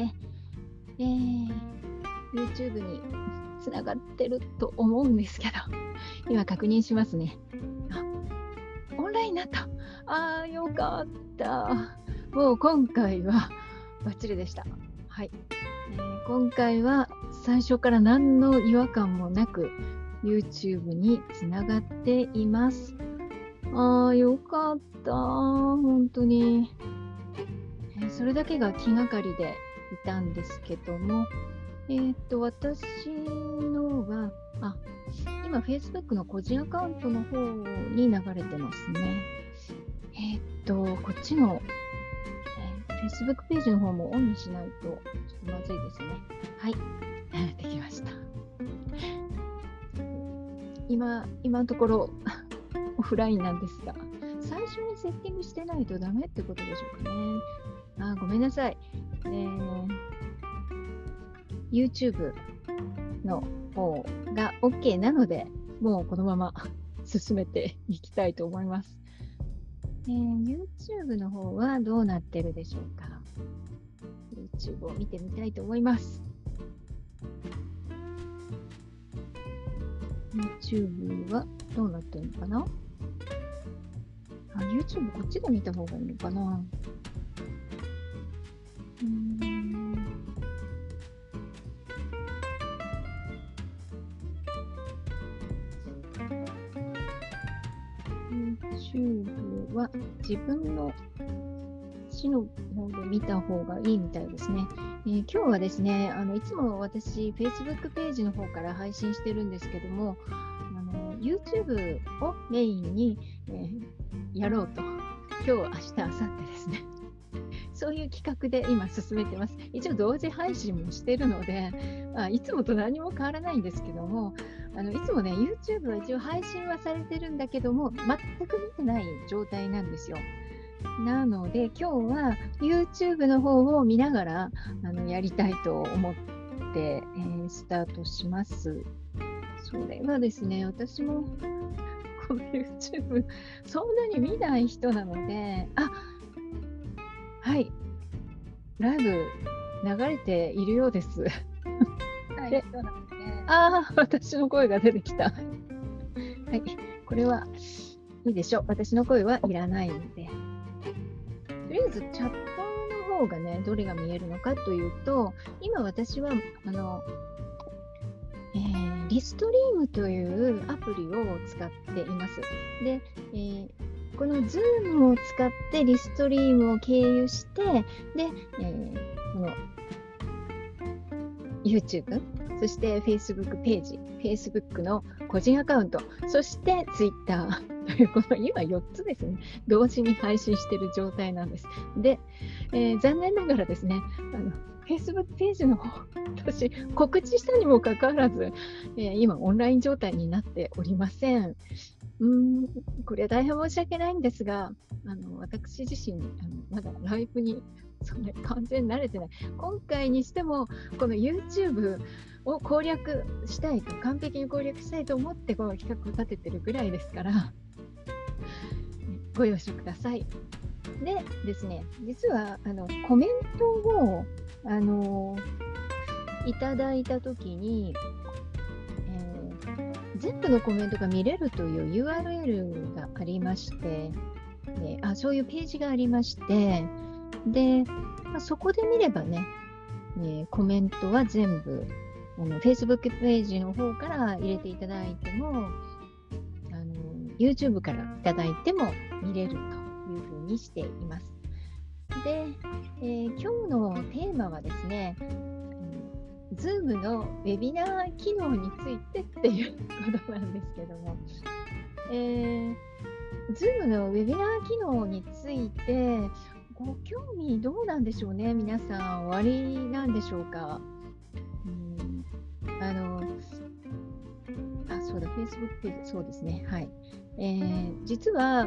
ね、YouTube につながってると思うんですけど、今確認しますね。オンラインになった。よかった。もう今回はバッチリでした。はい。今回は最初から何の違和感もなく YouTube につながっています。よかった。本当に。それだけが気がかりでいたんですけども、私のは、今 Facebook の個人アカウントの方に流れてますね。こっちの、Facebook ページの方もオンにしないとちょっとまずいですね。はい、できました。今のところオフラインなんですが、最初にセッティングしてないとダメってことでしょうかね。ごめんなさい。YouTube の方が OK なので、もうこのまま進めていきたいと思います。YouTube の方はどうなってるでしょうか。YouTube を見てみたいと思います。YouTube はどうなってるのかな。YouTube こっちで見た方がいいのかな。YouTube は自分の市の方で見た方がいいみたいですね。今日はですね、いつも私 Facebook ページの方から配信してるんですけども、YouTube をメインに、やろうと、今日、明日、明後日ですね。そういう企画で今進めてます。一応同時配信もしてるので、いつもと何も変わらないんですけども、いつもね、YouTube は一応配信はされてるんだけども、全く見てない状態なんですよ。なので、今日は YouTube の方を見ながらやりたいと思って、スタートします。それはですね、私もこの YouTube そんなに見ない人なので、はい、ライブ流れているようです。で、私の声が出てきた。はい、これはいいでしょう。私の声はいらないので。とりあえずチャットの方がね、どれが見えるのかというと、今私はリストリームというアプリを使っています。で、この Zoom を使ってリストリームを経由して、で、この YouTube、そして Facebook ページ、Facebook の個人アカウント、そして Twitter というこの今4つですね、同時に配信している状態なんです。で、残念ながらですね、Facebook ページの方、私告知したにもかかわらず、今オンライン状態になっておりません。これは大変申し訳ないんですが、私自身まだライブにそんな完全に慣れてない。今回にしてもこの YouTube を攻略したいと、完璧に攻略したいと思ってこの企画を立ててるぐらいですからご容赦ください。でですね、実はコメントをいただいたときに、全部のコメントが見れるという URL がありまして、そういうページがありまして、で、そこで見ればね、コメントは全部Facebook ページの方から入れていただいても、YouTube からいただいても見れるというふうにしています。で、今日のテーマはですね、Zoom のウェビナー機能についてっていうことなんですけども、Zoom のウェビナー機能についてご興味どうなんでしょうね。皆さんおありなんでしょうか。そうだ、Facebook ページ、そうですね。はい。実は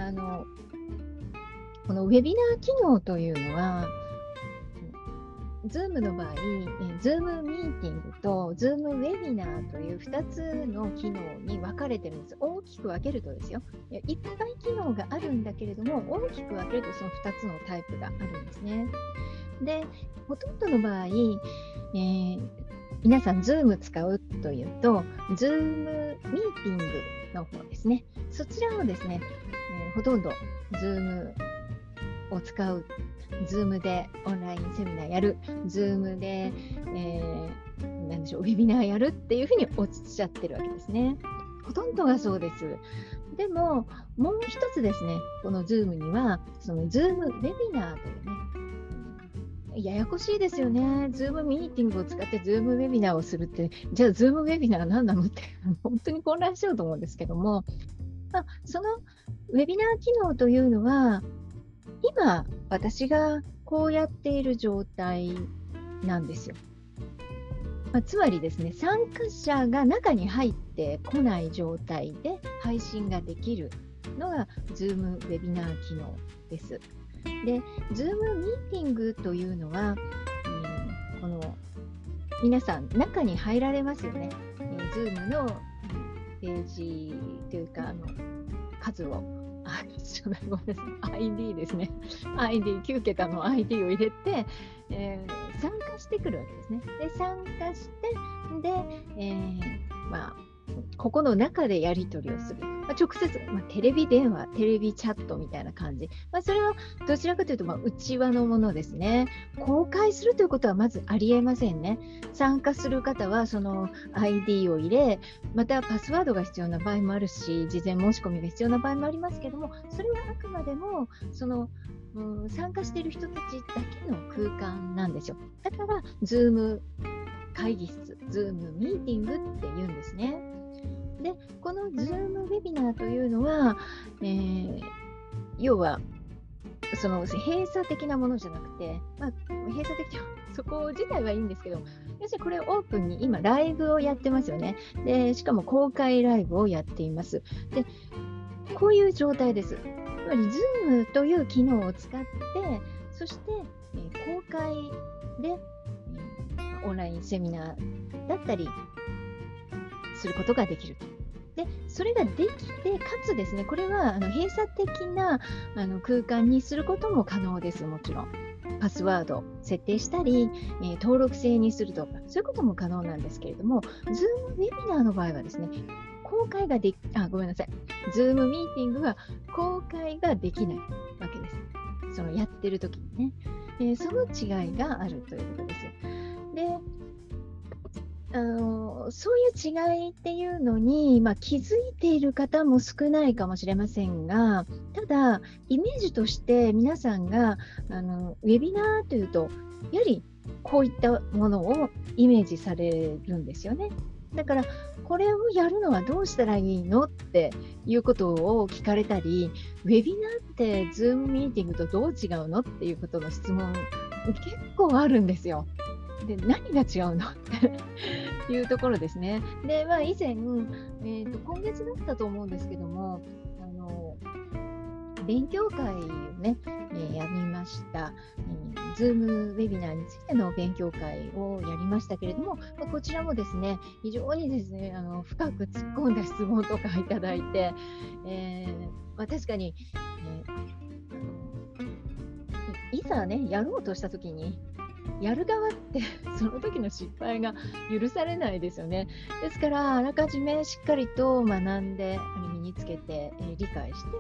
このウェビナー機能というのは、Zoom の場合、Zoom ミーティングと Zoom ウェビナーという2つの機能に分かれてるんです。大きく分けるとですよ。いっぱい機能があるんだけれども、大きく分けるとその2つのタイプがあるんですね。 で、ほとんどの場合、皆さん Zoom 使うというと、Zoom ミーティングの方ですね。そちらをですね、ほとんど Zoom を使う、Zoom でオンラインセミナーやる、Zoom で、なんでしょう、ウェビナーやるっていうふうにおっしゃってるわけですね。ほとんどがそうです。でも、もう一つですね、この Zoom には、その Zoom ウェビナーというね、ややこしいですよね。Zoom ミーティングを使って Zoom ウェビナーをするって、じゃあ Zoom ウェビナー何なのって本当に混乱しちゃうと思うんですけども、そのウェビナー機能というのは、今私がこうやっている状態なんですよ。つまりですね、参加者が中に入ってこない状態で配信ができるのが Zoom ウェビナー機能です。で、Zoom ミーティングというのは、この皆さん中に入られますよね。Zoom のページというか数をごめんなさい、ID ですね。9桁の ID を入れて、参加してくるわけですね。で、参加して、で、ここの中でやり取りをする。直接、テレビ電話、テレビチャットみたいな感じ。それはどちらかというと、内輪のものですね。公開するということはまずありえませんね。参加する方はその ID を入れ、またパスワードが必要な場合もあるし、事前申し込みが必要な場合もありますけども、それはあくまでもその参加している人たちだけの空間なんですよ。だから、Zoom 会議室、Zoom ミーティングって言うんですね。で、この Zoom ウェビナーというのは、要は、その閉鎖的なものじゃなくて、閉鎖的な、そこ自体はいいんですけど、要するにこれオープンに今ライブをやってますよね。で、しかも公開ライブをやっています。で、こういう状態です。つまり Zoom という機能を使って、そして、公開で、オンラインセミナーだったりすることができると。で、それができて、かつですね、これは閉鎖的な空間にすることも可能です、もちろん。パスワード設定したり、登録制にするとか、そういうことも可能なんですけれども、Zoom ウェビナーの場合はですね、公開がごめんなさい。Zoom ミーティングは公開ができないわけです。そのやってる時にね。その違いがあるということです。で、そういう違いっていうのに、気づいている方も少ないかもしれませんが、ただ、イメージとして皆さんがウェビナーというと、やはりこういったものをイメージされるんですよね。だから、これをやるのはどうしたらいいのっていうことを聞かれたり、ウェビナーって Zoom ミーティングとどう違うのっていうことの質問、結構あるんですよ。で、何が違うのっていうところですね。で、以前、今月だったと思うんですけども、勉強会をね、やりました。Zoom ウェビナーについての勉強会をやりましたけれども、こちらもですね、非常にですね、深く突っ込んだ質問とかいただいて、確かに、いざね、やろうとしたときに、やる側ってその時の失敗が許されないですよね。ですから、あらかじめしっかりと学んで、身につけて、理解して、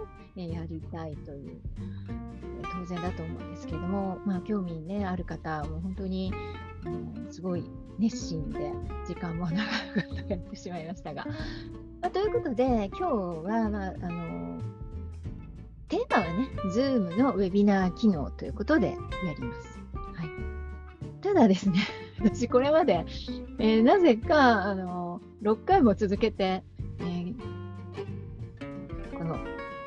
やりたいという、当然だと思うんですけれども、興味、ね、ある方も本当に、すごい熱心で、時間も長くやってしまいましたが。ということで、今日は、テーマはね、Zoom のウェビナー機能ということでやります。はい、ただですね、私これまで、なぜか6回も続けて、この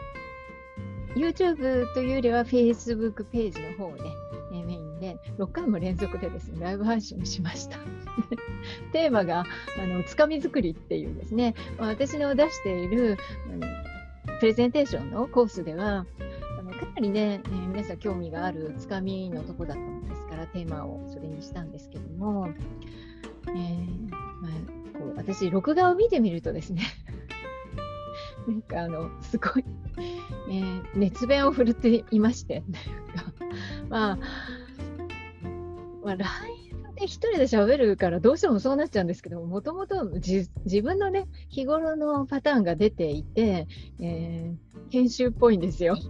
YouTube というよりは Facebook ページの方で、メインで6回も連続でですね、ライブ配信をしました。テーマがつかみ作りっていうですね、私の出しているプレゼンテーションのコースでは、かなりね、皆さん興味があるつかみのとこだったものですから、テーマをそれにしたんですけども、こう私、録画を見てみるとですね、なんかすごい、熱弁を振るっていまして、 ライブで一人で喋るからどうしてもそうなっちゃうんですけど、もともと自分のね、日頃のパターンが出ていて、編集っぽいんですよ。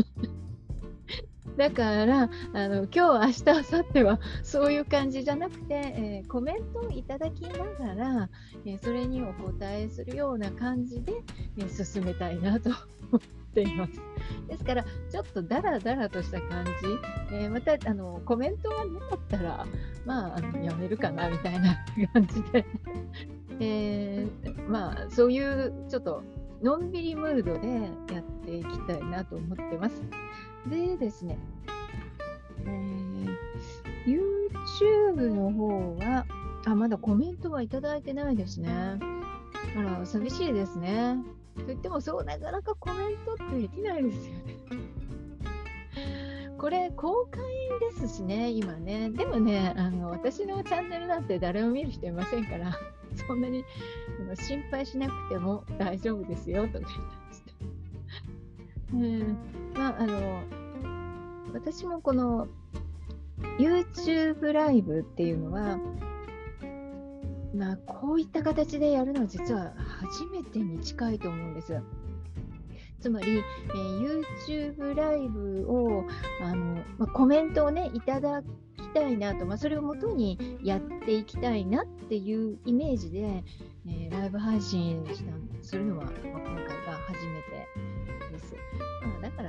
だから今日、明日、明後日はそういう感じじゃなくて、コメントをいただきながら、それにお答えするような感じで、進めたいなと思っています。ですから、ちょっとダラダラとした感じ、またコメントがなかったら、まあ、やめるかなみたいな感じで、まあ、そういうちょっとのんびりムードでやっていきたいなと思ってます。でですね、YouTube の方は、まだコメントはいただいてないですね。あら、寂しいですね。と言っても、そう、なかなかコメントってできないですよね。これ、公開ですしね、今ね。でもね、私のチャンネルなんて誰も見る人いませんから、そんなに心配しなくても大丈夫ですよ、とか言ってました。まあ、私もこの YouTube ライブっていうのは、まあ、こういった形でやるのは実は初めてに近いと思うんです。つまり、YouTube ライブをコメントをねいただきたいなと、それをもとにやっていきたいなっていうイメージで、ライブ配信するのは、今回が初めてです。だから、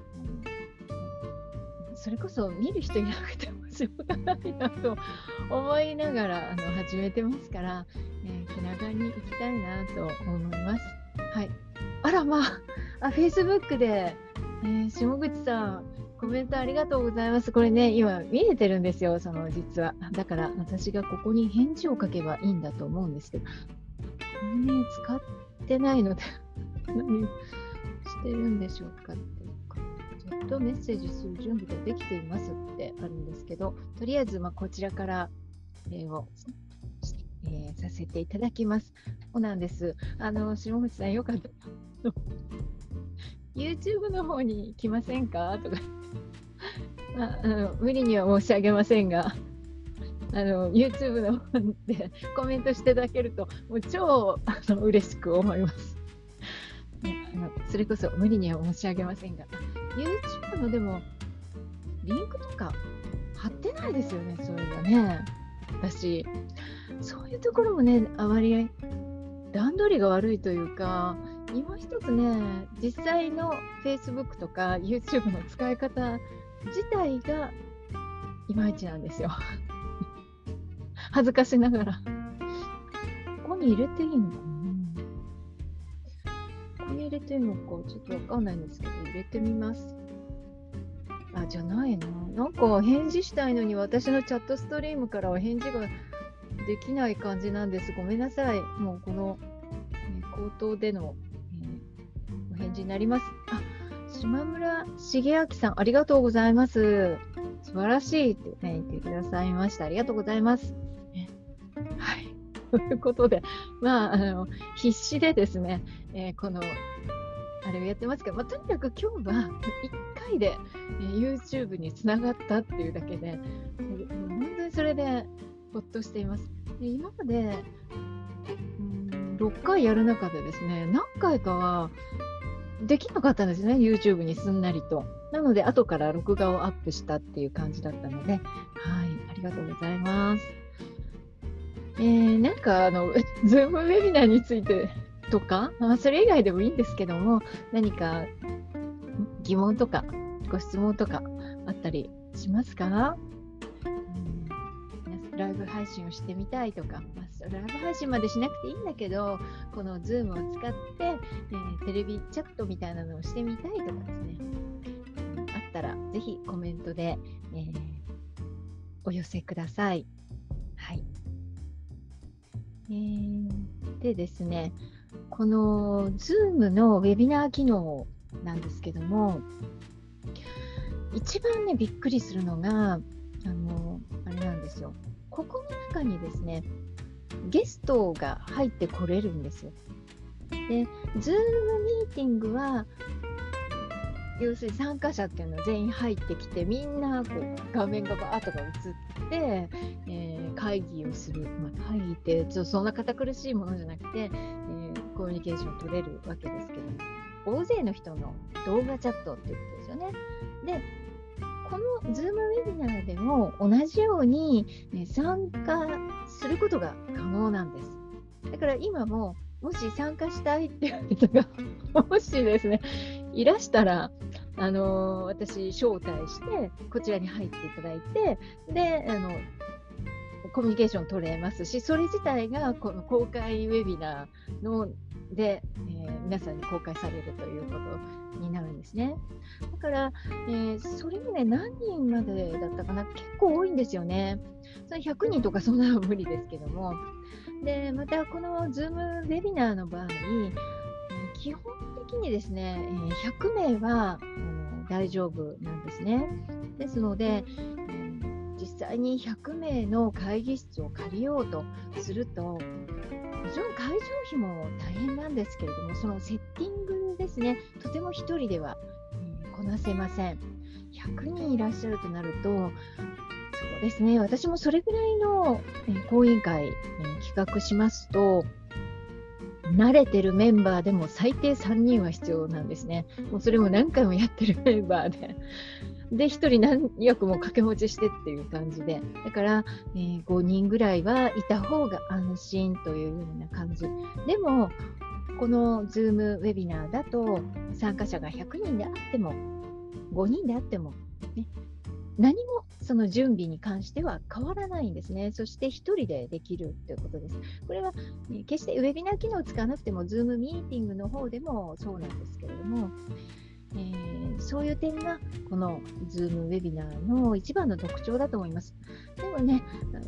それこそ見る人いなくてもしょうがないなと思いながら始めてますから、気長に行きたいなと思います。はい。あら、Facebook で、下口さん、コメントありがとうございます。これね、今見えてるんですよ、実は。だから私がここに返事を書けばいいんだと思うんですけど、これね、使ってないので何してるんでしょうかっていうか、チャットメッセージする準備ができていますってあるんですけど、とりあえずこちらからをさせていただきます。そうなんです。下口さん、よかった。YouTube の方に来ませんかとか無理には申し上げませんが、YouTube の方でコメントしていただけると、もう超嬉しく思います。それこそ無理には申し上げませんが、YouTube のでも、リンクとか貼ってないですよね、そういうのね。私、そういうところもね、あまり段取りが悪いというか、今一つね、実際の Facebook とか YouTube の使い方自体がいまいちなんですよ。恥ずかしながら。ここに入れていいのかな？ここに入れていいのかちょっとわかんないんですけど、入れてみます。じゃないな。なんか返事したいのに私のチャットストリームからは返事ができない感じなんです。ごめんなさい。もうこの、口頭での、お返事になります。島村重明さん、ありがとうございます。素晴らしいって、言ってくださいました。ありがとうございます。はい。ということで、必死でですね、この、あれをやってますけど、とにかく今日は1回で、YouTube につながったっていうだけで、本当にそれでほっとしています。で今まで6回やる中でですね、何回かはできなかったんですね、YouTube にすんなりと。なので、後から録画をアップしたっていう感じだったので、はい、ありがとうございます。なんかZoom ウェビナーについてとか、それ以外でもいいんですけども、何か疑問とかご質問とかあったりしますか？ライブ配信をしてみたいとか、ライブ配信までしなくていいんだけど、この Zoom を使って、テレビチャットみたいなのをしてみたいとかですね、あったらぜひコメントで、お寄せください。はい。でですね、この Zoom のウェビナー機能なんですけども、一番ねびっくりするのがあれなんですよ。ここの中にですね、ゲストが入ってこれるんですよ。で、Zoom ミーティングは要するに参加者っていうのは全員入ってきて、みんなこう画面がバーッとか映って、会議をする、会議ってそんな堅苦しいものじゃなくて、コミュニケーションを取れるわけですけども、大勢の人の動画チャットっていうことですよね。で、この Zoom ウェビナーでも同じように参加することが可能なんです。だから今ももし参加したいっていう人がもしですねいらしたら、私招待してこちらに入っていただいて、でコミュニケーション取れますし、それ自体がこの公開ウェビナーので、皆さんに公開されるということになるんですね。だから、それもね、何人までだったかな、結構多いんですよね。それ100人とかそんなのは無理ですけども。で、またこの Zoom ウェビナーの場合、基本的にですね、100名は、大丈夫なんですね。ですので、実際に100名の会議室を借りようとすると、もちろん会場費も大変なんですけれども、そのセッティングですね、とても1人では、こなせません。100人いらっしゃるとなると、そうですね、私もそれぐらいの講演会、企画しますと、慣れてるメンバーでも最低3人は必要なんですね。もうそれも何回もやってるメンバーで。で、1人何役も掛け持ちしてっていう感じで。だから、5人ぐらいはいた方が安心というような感じ。でも、この Zoom ウェビナーだと参加者が100人であっても、5人であっても、ね、何もその準備に関しては変わらないんですね。そして1人でできるということです。これは決してウェビナー機能を使わなくても Zoom ミーティングの方でもそうなんですけれども、そういう点がこの Zoom ウェビナーの一番の特徴だと思います。でもね、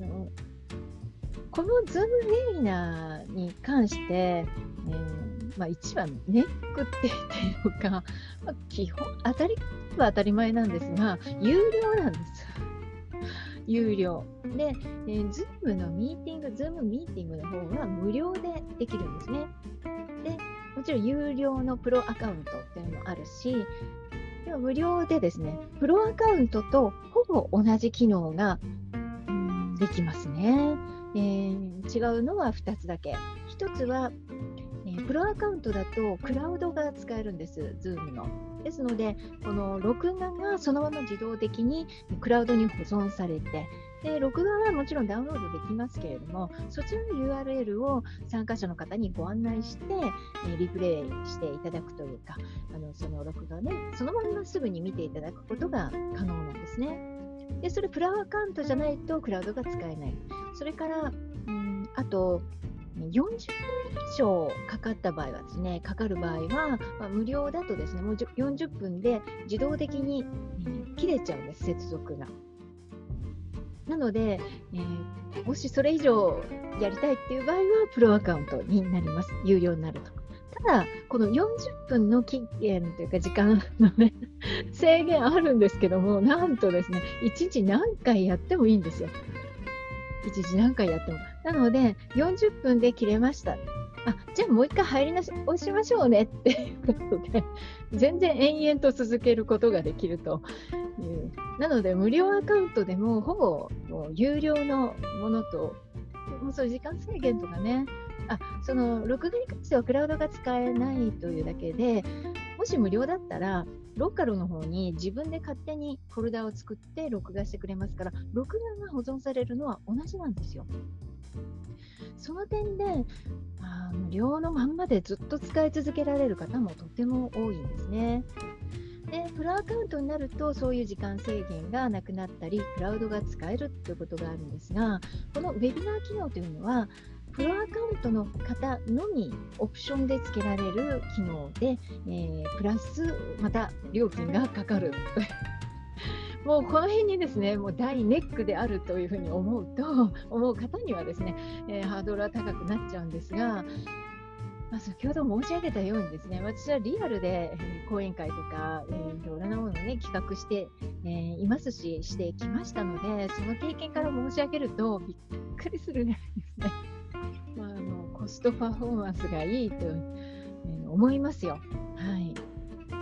この Zoom ウェビナーに関して、一番ネックって言っていうか、基本当たり前なんですが、有料なんです。有料。で、Zoom のミーティング、Zoom ミーティングの方は無料でできるんですね。で、もちろん有料のプロアカウントっていうのもあるし、でも無料でですね、プロアカウントとほぼ同じ機能が、できますね。違うのは2つだけ。1つは、プロアカウントだとクラウドが使えるんです、Zoom の。ですので、この録画がそのまま自動的にクラウドに保存されて、で録画はもちろんダウンロードできますけれども、そちらの URL を参加者の方にご案内して、リプレイしていただくというか、その録画をね、そのまますぐに見ていただくことが可能なんですね。で、それプラアカウントじゃないとクラウドが使えない。それから、あと、40分以上かかった場合はですね、かかる場合は、無料だとですね、もう40分で自動的に、切れちゃうんです、接続が。なので、もしそれ以上やりたいっていう場合は、プロアカウントになります。有料になると。ただ、この40分の期限というか時間のね、制限あるんですけども、なんとですね、1日何回やってもいいんですよ。1日何回やっても。なので、40分で切れました。じゃあもう一回入り直しましょうねっていうことで、全然延々と続けることができるという。なので、無料アカウントでもほぼもう有料のものと、もうそういう時間制限とかね、その録画に関してはクラウドが使えないというだけで、もし無料だったら、ローカルの方に自分で勝手にフォルダを作って録画してくれますから、録画が保存されるのは同じなんですよ。その点で、無料のまんまでずっと使い続けられる方もとても多いんですね。で、プロアカウントになるとそういう時間制限がなくなったり、クラウドが使えるということがあるんですが、このウェビナー機能というのは、プロアカウントの方のみオプションで付けられる機能で、プラスまた料金がかかる。もうこの辺にですね、もう大ネックであるというふうに思う方にはですね、ハードルは高くなっちゃうんですが、先ほど申し上げたようにですね、私はリアルで講演会とか、いろんなものをね、企画して、いますし、してきましたので、その経験から申し上げるとびっくりするぐらいですね。コストパフォーマンスがいいと、思いますよ。はい。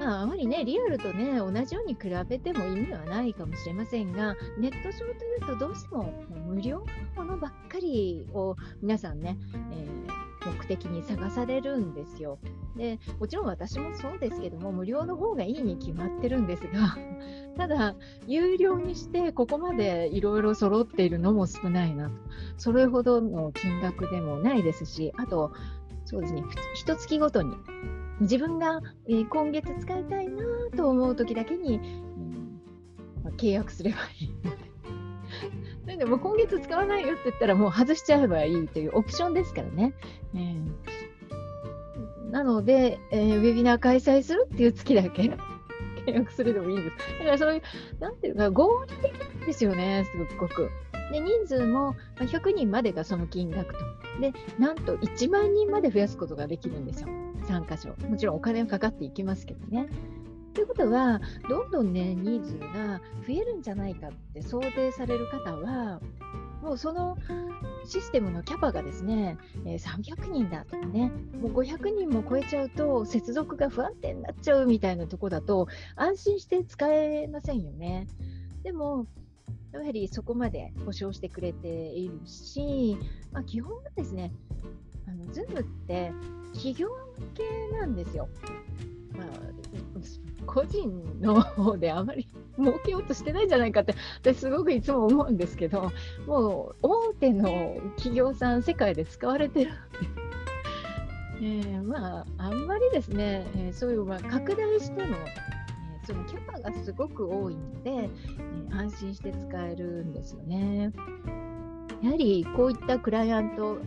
あまりね、リアルとね、同じように比べても意味はないかもしれませんが、ネット上というとどうしても無料のものばっかりを皆さんね、目的に探されるんですよ。で、もちろん私もそうですけども、無料の方がいいに決まってるんですが、ただ、有料にしてここまでいろいろ揃っているのも少ないなと。それほどの金額でもないですし、あと、そうですね、一月ごとに自分が、今月使いたいなと思う時だけに、契約すればいいので。なのでもう今月使わないよって言ったらもう外しちゃえばいいというオプションですからね。なので、ウェビナー開催するっていう月だけ契約するでもいいんです。だからそういう、なんていうか、合理的なんですよね、すごく。で、人数も100人までがその金額と。で、なんと1万人まで増やすことができるんですよ、参加者を。もちろんお金はかかっていきますけどね。ということは、どんどんね、ニーズが増えるんじゃないかって想定される方は、もうそのシステムのキャパがですね、300人だとかね、もう500人も超えちゃうと接続が不安定になっちゃうみたいなところだと安心して使えませんよね。でも、やはりそこまで保証してくれているし、基本はですね、Zoom って企業向けなんですよ。個人の方であまり儲けようとしてないんじゃないかって私すごくいつも思うんですけど、もう大手の企業さん世界で使われてるので、あんまりですね、そういう拡大しても、そのキャパがすごく多いので、安心して使えるんですよね。やはりこういったクライアント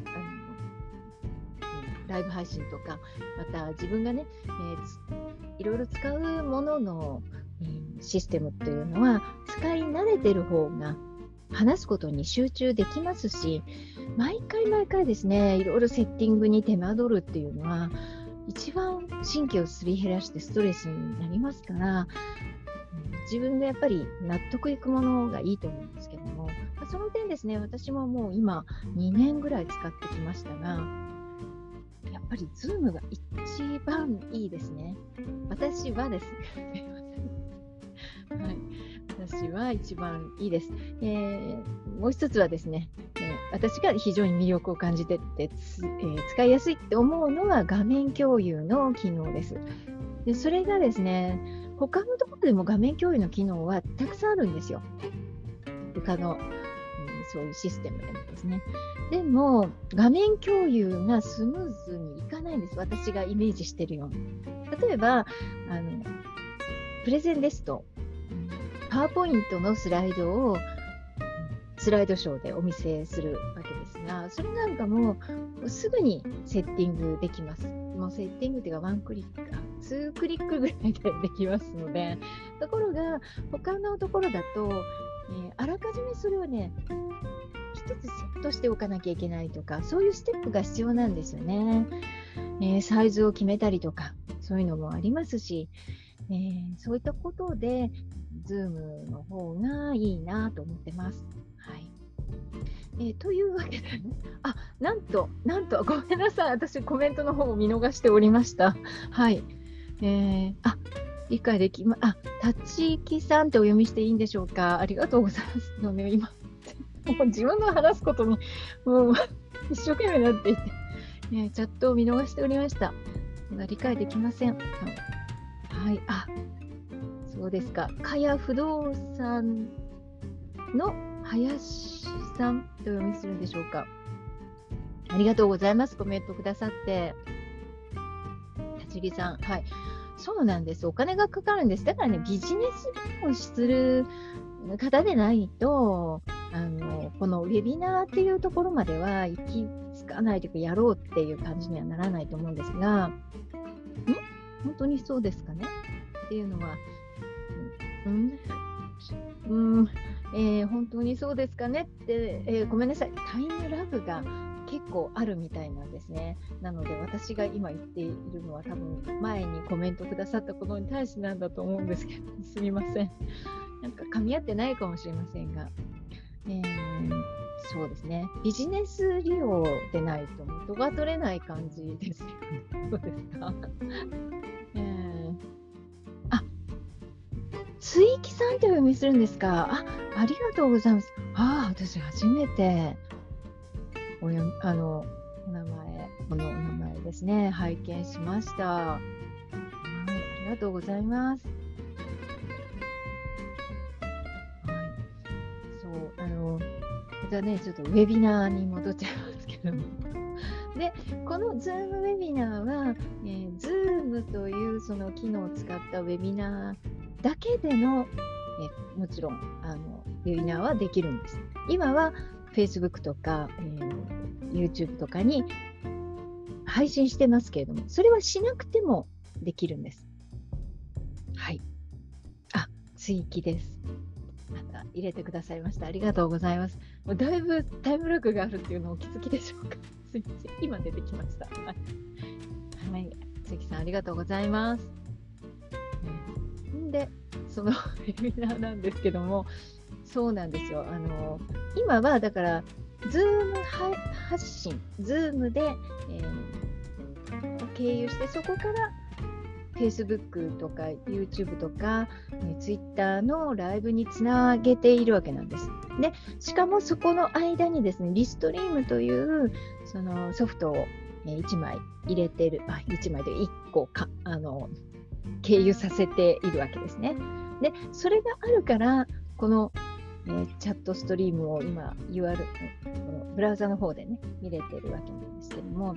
ライブ配信とか、また自分がね、いろいろ使うものの、システムっていうのは使い慣れてる方が話すことに集中できますし、毎回ですね、いろいろセッティングに手間取るっていうのは一番神経をすり減らしてストレスになりますから、自分でやっぱり納得いくものがいいと思うんですけども、その点ですね、私ももう今2年ぐらい使ってきましたが、やっぱり Zoom が一番いいですね。私はですね。はい、私は一番いいです。もう一つはですね、私が非常に魅力を感じてて、使いやすいって思うのは画面共有の機能です。で、それがですね、他のところでも画面共有の機能はたくさんあるんですよ。他の、そういうシステムでもですね。でも、画面共有がスムーズにいかないんです。私がイメージしてるように。例えば、プレゼンですと、パワーポイントのスライドをスライドショーでお見せするわけですが、それなんかもすぐにセッティングできます。もうセッティングというかワンクリックか、2クリックぐらいでできますので、ところが他のところだと、あらかじめそれをね、一つセットしておかなきゃいけないとか、そういうステップが必要なんですよね。サイズを決めたりとか、そういうのもありますし、そういったことで、Zoom の方がいいなと思ってます。はい。というわけで、なんと、ごめんなさい。私、コメントの方を見逃しておりました。はい。理解でき立木さんってお読みしていいんでしょうか。ありがとうございます。今、もう自分の話すことに、もう一生懸命なっていて、チャットを見逃しておりました。理解できません。はい。そうですか。かや不動産の林さんとお読みするんでしょうか。ありがとうございます。コメントくださって。立木さん。はい。そうなんです。お金がかかるんです。だからね、ビジネスをする方でないと、このウェビナーっていうところまでは行き着かないというか、やろうっていう感じにはならないと思うんですが、本当にそうですかねっていうのは、本当にそうですかねって、ごめんなさい、タイムラグが結構あるみたいなんですね。なので私が今言っているのは多分前にコメントくださったことに対してなんだと思うんですけど、すみません。なんか噛み合ってないかもしれませんが、そうですね。ビジネス利用でないと元が取れない感じですよね。そうですか。 ついきさんってお読みするんですか？ありがとうございます。私初めてお読み、このお名前ですね、拝見しました。はい、ありがとうございます。はい、そう、またね、ちょっとウェビナーに戻っちゃいますけども。で、この Zoom ウェビナーは、Zoom というその機能を使ったウェビナーだけでの、もちろんウェビナーはできるんです。今は Facebook とか、YouTube とかに配信してますけれども、それはしなくてもできるんです。はい。追記です。また入れてくださいました。ありがとうございます。もうだいぶタイムラグがあるっていうのをお気づきでしょうか。すいません。今出てきました。はい。関さん、ありがとうございます。で、そのウェビナーなんですけども、そうなんですよ。今はだから、Zoom 発信、Zoom で、経由して、そこから Facebook とか YouTube とか、Twitter のライブにつなげているわけなんです。で、しかもそこの間にですね、リストリームというそのソフトを1枚入れてる、1枚で1個経由させているわけですね。で、それがあるから、この、チャットストリームを今 URL、このブラウザの方でね、見れてるわけなんですけども、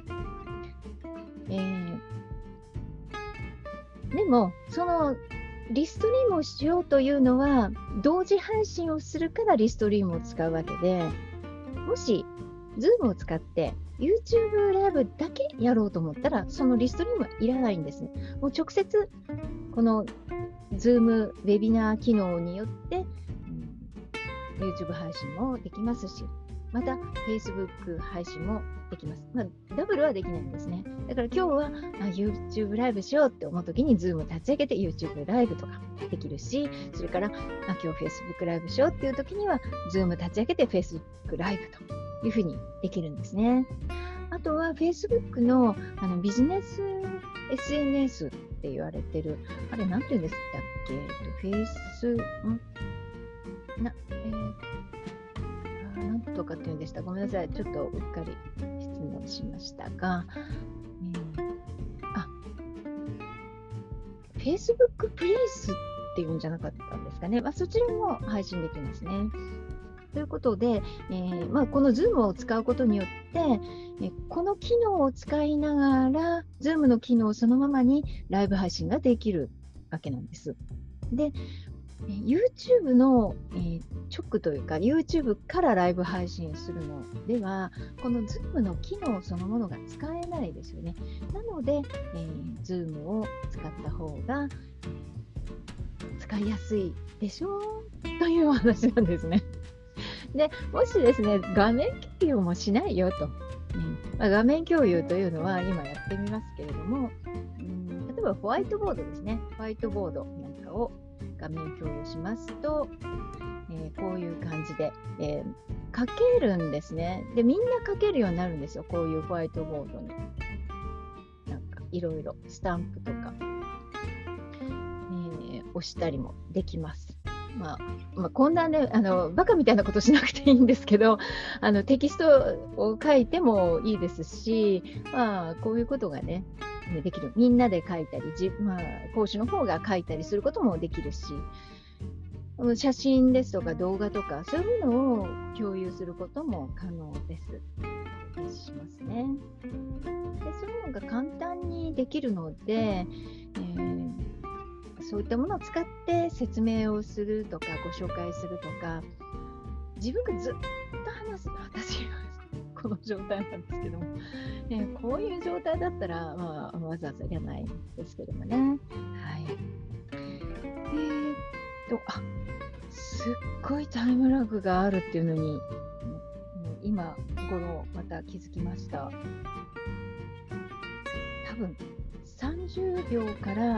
でも、そのリストリームをしようというのは、同時配信をするからリストリームを使うわけで、もし、Zoom を使って YouTube ライブだけやろうと思ったら、そのリストリームはいらないんですね。もう直接、この Zoom ウェビナー機能によって、YouTube 配信もできますし、また Facebook 配信もできます。ダブルはできないんですね。だから今日はYouTube ライブしようって思うときに Zoom 立ち上げて YouTube ライブとかできるし、それから今日 Facebook ライブしようっていうときには Zoom 立ち上げて Facebook ライブというふうにできるんですね。あとは Facebook のビジネス SNS って言われてる、あれなんて言うんですっけ、なんとかっていうんでした。ごめんなさい。ちょっとうっかり質問しましたが、Facebook プレイスっていうんじゃなかったんですかね。そちらも配信できますね。ということで、この Zoom を使うことによって、この機能を使いながら Zoom の機能をそのままにライブ配信ができるわけなんです。で、YouTube の、直というか YouTube からライブ配信するのではこの Zoom の機能そのものが使えないですよね。なので、Zoom を使った方が、使いやすいでしょうというお話なんですね。でもしですね、画面共有もしないよと、画面共有というのは今やってみますけれども、例えばホワイトボードですね。ホワイトボードなんかを画面共有しますと、こういう感じで、書けるんですね。で、みんな書けるようになるんですよ。こういうホワイトボードに。なんかいろいろスタンプとか、押したりもできます。こんなね、バカみたいなことしなくていいんですけど、テキストを書いてもいいですし、こういうことがね、できる。みんなで書いたり、講師の方が書いたりすることもできるし、写真ですとか動画とか、そういうものを共有することも可能です。しますね。で、そういうのが簡単にできるので、そういったものを使って説明をするとかご紹介するとか、自分がずっと話す、私はこの状態なんですけども、こういう状態だったら、わざわざいらないんですけどもね。はい。すっごいタイムラグがあるっていうのに、今頃また気づきました。多分30秒から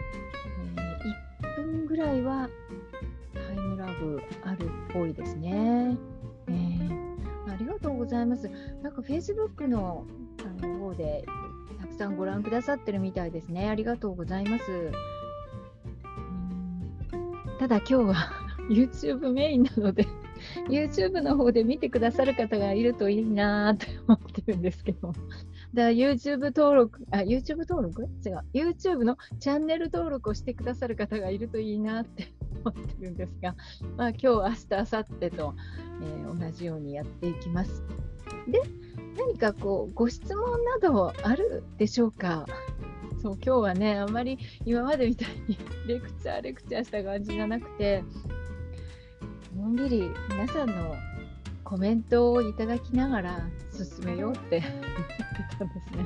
1分ぐらいはタイムラグあるっぽいですね。ありがとうございます。なんか Facebook の方でたくさんご覧くださってるみたいですね。ありがとうございます。 ただ今日はYouTube メインなのでYouTube の方で見てくださる方がいるといいなって思ってるんですけど、YouTube 登録、YouTube 登録違う、YouTube のチャンネル登録をしてくださる方がいるといいなって思ってるんですが、今日、明日、明後日と、同じようにやっていきます。で、何かご質問などあるでしょうか？そう、今日はね、あんまり今までみたいにレクチャーした感じじゃなくて、のんびり皆さんのコメントをいただきながら進めようって言ってたんですね。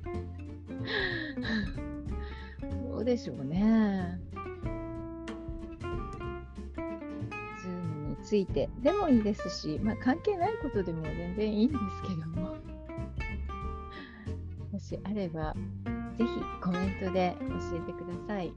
どうでしょうね。Zoom についてでもいいですし、関係ないことでも全然いいんですけども、もしあればぜひコメントで教えてください。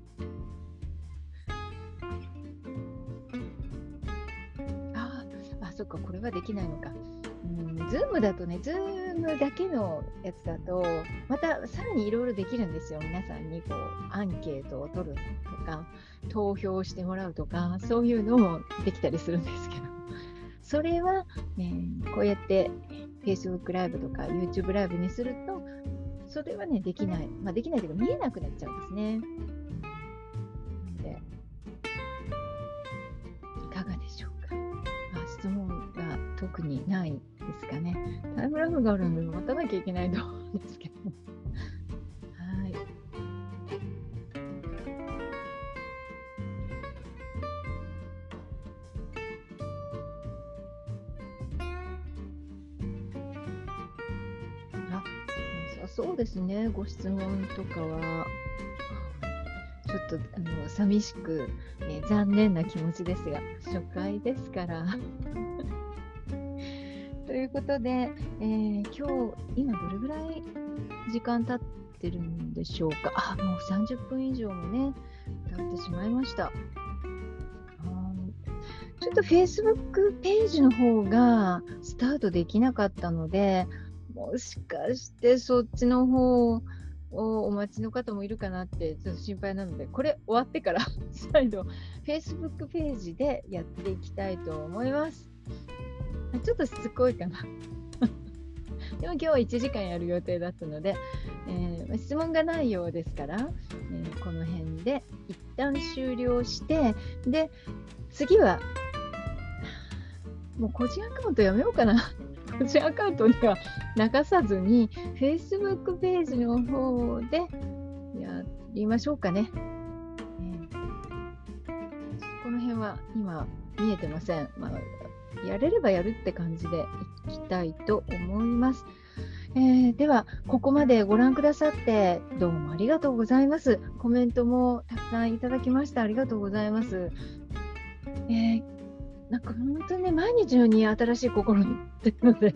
そっか、これはできないのか。Zoom だとね、Zoom だけのやつだと、またさらにいろいろできるんですよ。皆さんにアンケートを取るとか、投票してもらうとか、そういうのもできたりするんですけど、それは、こうやって Facebook ライブとか YouTube ライブにすると、それはね、できない。できないというか、見えなくなっちゃうんですね。で、いかがでしょうか。質問が特にないですかね。タイムラグがあるので待たなきゃいけないと思うんですけど。はい。そうですね。ご質問とかはちょっと寂しく、残念な気持ちですが、初回ですから。ということで、今日、今どれぐらい時間経ってるんでしょうか。もう30分以上もね、経ってしまいました。ちょっと Facebook ページの方がスタートできなかったので、もしかしてそっちの方をお待ちの方もいるかなってちょっと心配なので、これ終わってから再度 Facebook ページでやっていきたいと思います。ちょっとしつこいかな。でも今日は1時間やる予定だったので、質問がないようですから、この辺で一旦終了して、で、次はもう個人アカウントやめようかな。個人アカウントでは流さずに Facebook ページの方でやりましょうかね。この辺は今見えてません。やれればやるって感じでいきたいと思います。ではここまでご覧くださってどうもありがとうございます。コメントもたくさんいただきました。ありがとうございます。なんか本当にね、毎日のように新しい試みっていうので、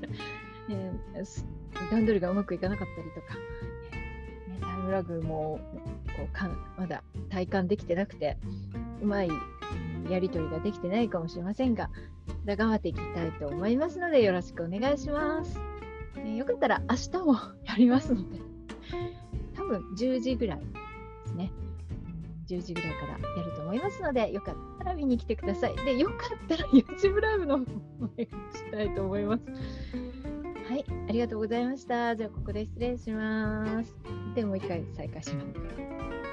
段取りがうまくいかなかったりとか、タイムラグもまだ体感できてなくて、うまいやり取りができてないかもしれませんが、頑張っていきたいと思いますので、よろしくお願いします。よかったら明日もやりますので、多分10時ぐらいですね。10時ぐらいからやると思いますので、よかったら見に来てください。で、よかったら YouTube ライブの方もお願いしたいと思います。はい、ありがとうございました。じゃあ、ここで失礼します。で、もう一回再開します。